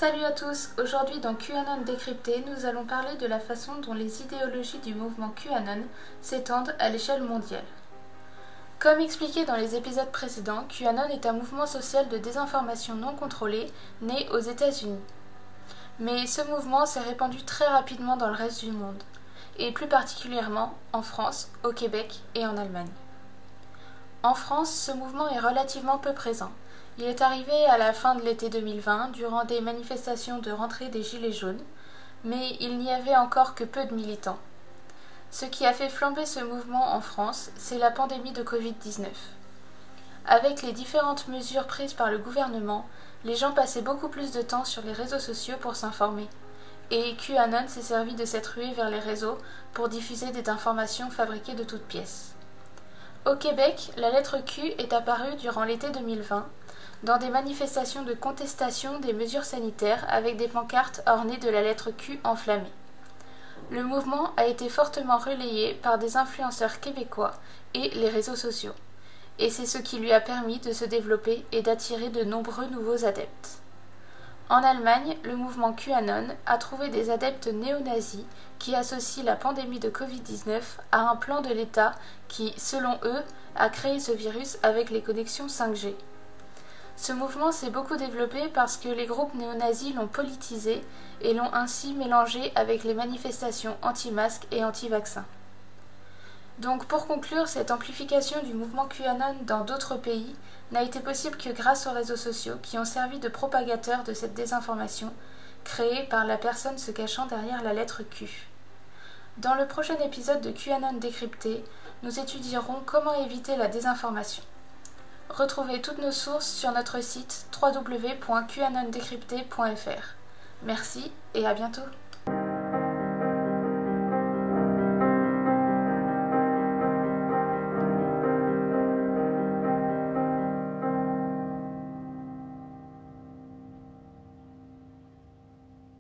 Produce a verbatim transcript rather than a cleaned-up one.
Salut à tous, aujourd'hui dans QAnon décrypté, nous allons parler de la façon dont les idéologies du mouvement QAnon s'étendent à l'échelle mondiale. Comme expliqué dans les épisodes précédents, QAnon est un mouvement social de désinformation non contrôlée né aux États-Unis. Mais ce mouvement s'est répandu très rapidement dans le reste du monde, et plus particulièrement en France, au Québec et en Allemagne. En France, ce mouvement est relativement peu présent. Il est arrivé à la fin de l'été deux mille vingt, durant des manifestations de rentrée des Gilets jaunes, mais il n'y avait encore que peu de militants. Ce qui a fait flamber ce mouvement en France, c'est la pandémie de covid dix-neuf. Avec les différentes mesures prises par le gouvernement, les gens passaient beaucoup plus de temps sur les réseaux sociaux pour s'informer. Et QAnon s'est servi de cette ruée vers les réseaux pour diffuser des informations fabriquées de toutes pièces. Au Québec, la lettre Q est apparue durant l'été deux mille vingt, dans des manifestations de contestation des mesures sanitaires avec des pancartes ornées de la lettre Q enflammée. Le mouvement a été fortement relayé par des influenceurs québécois et les réseaux sociaux, et c'est ce qui lui a permis de se développer et d'attirer de nombreux nouveaux adeptes. En Allemagne, le mouvement QAnon a trouvé des adeptes néo-nazis qui associent la pandémie de covid dix-neuf à un plan de l'État qui, selon eux, a créé ce virus avec les connexions cinq G. Ce mouvement s'est beaucoup développé parce que les groupes néo-nazis l'ont politisé et l'ont ainsi mélangé avec les manifestations anti-masques et anti-vaccins. Donc pour conclure, cette amplification du mouvement QAnon dans d'autres pays n'a été possible que grâce aux réseaux sociaux qui ont servi de propagateurs de cette désinformation créée par la personne se cachant derrière la lettre Q. Dans le prochain épisode de QAnon décrypté, nous étudierons comment éviter la désinformation. Retrouvez toutes nos sources sur notre site w w w point qanon décrypté point f r. Merci et à bientôt.